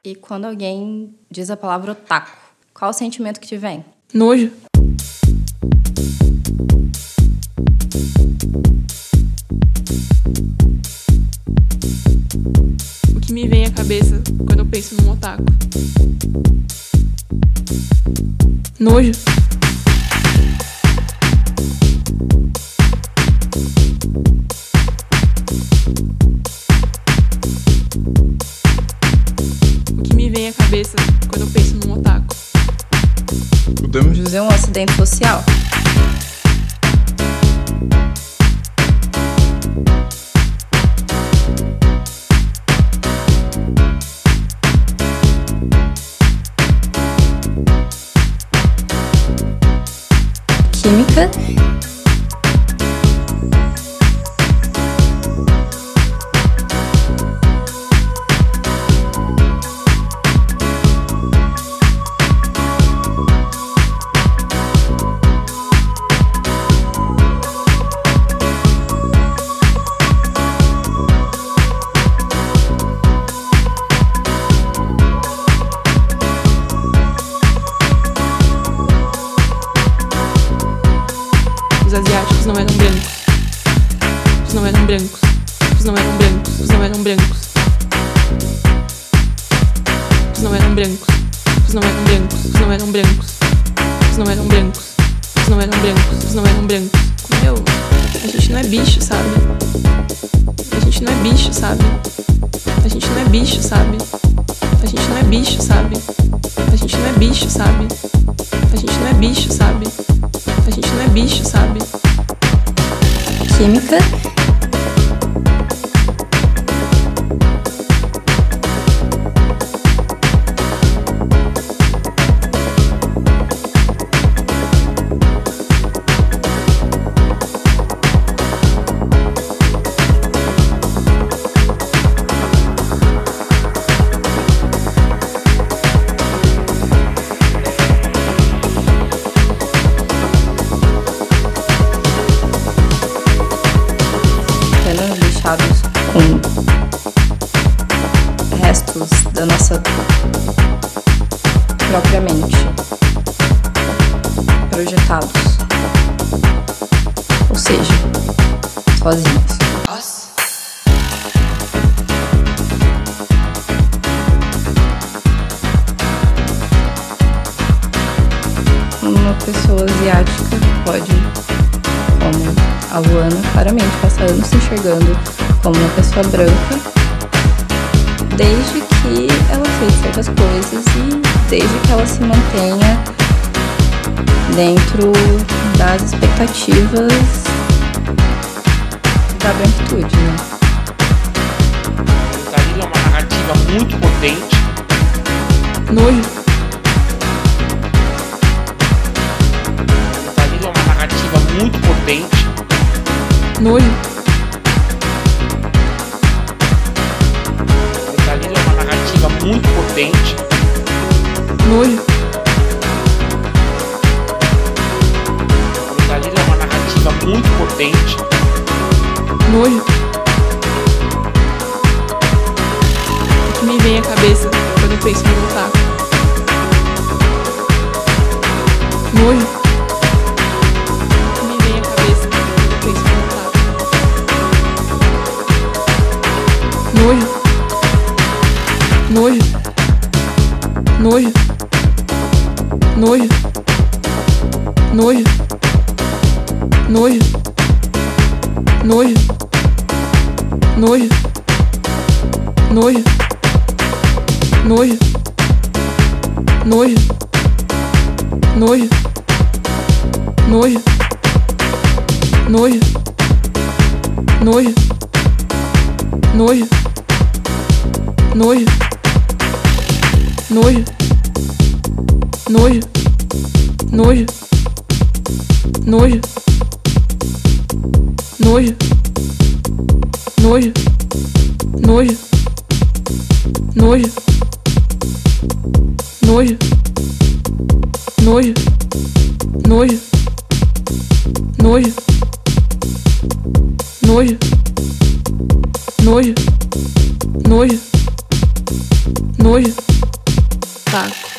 E quando alguém diz a palavra otaku, qual o sentimento que te vem? Nojo. O que me vem à cabeça quando eu penso num otaku? Nojo. O que me vem à cabeça quando eu penso num otaku? Podemos dizer um acidente social. Química. Os asiáticos não eram brancos. Os não eram brancos. Os não eram brancos. Os não eram brancos. Os não eram brancos. Os não eram brancos. Os não eram brancos. Os não eram brancos. Os não eram brancos. Os não eram brancos. Meu, a gente não é bicho, sabe? A gente não é bicho, sabe? A gente não é bicho, sabe? A gente não é bicho, sabe? A gente não é bicho, sabe? A gente não é bicho, sabe? A gente não é bicho, sabe? Química. Com restos da nossa própria mente projetados, ou seja, sozinhos. Uma pessoa asiática pode, como a Luana, claramente passar anos se enxergando como uma pessoa branca, desde que ela fez certas coisas e desde que ela se mantenha dentro das expectativas da branquitude, né? É uma narrativa muito potente. Nojo. É uma narrativa muito potente. Nojo. Muito potente. Nojo. É uma narrativa muito potente. Nojo. O que me vem à cabeça quando eu penso no otaku? Nojo. O que me vem à cabeça quando eu penso no otaku? Nojo. Nojo. Nojo. Nojo. Nojo. Nojo. Nojo. Nojo. Nojo. Nojo. Nojo. Nojo. Nojo. Nojo. Nojo. Nojo. Nojo. Nojo, nojo, nojo, nojo, nojo, nojo, nojo, nojo, nojo, nojo, nojo, nojo, nojo, nojo, nojo, nojo, nojo. Saco.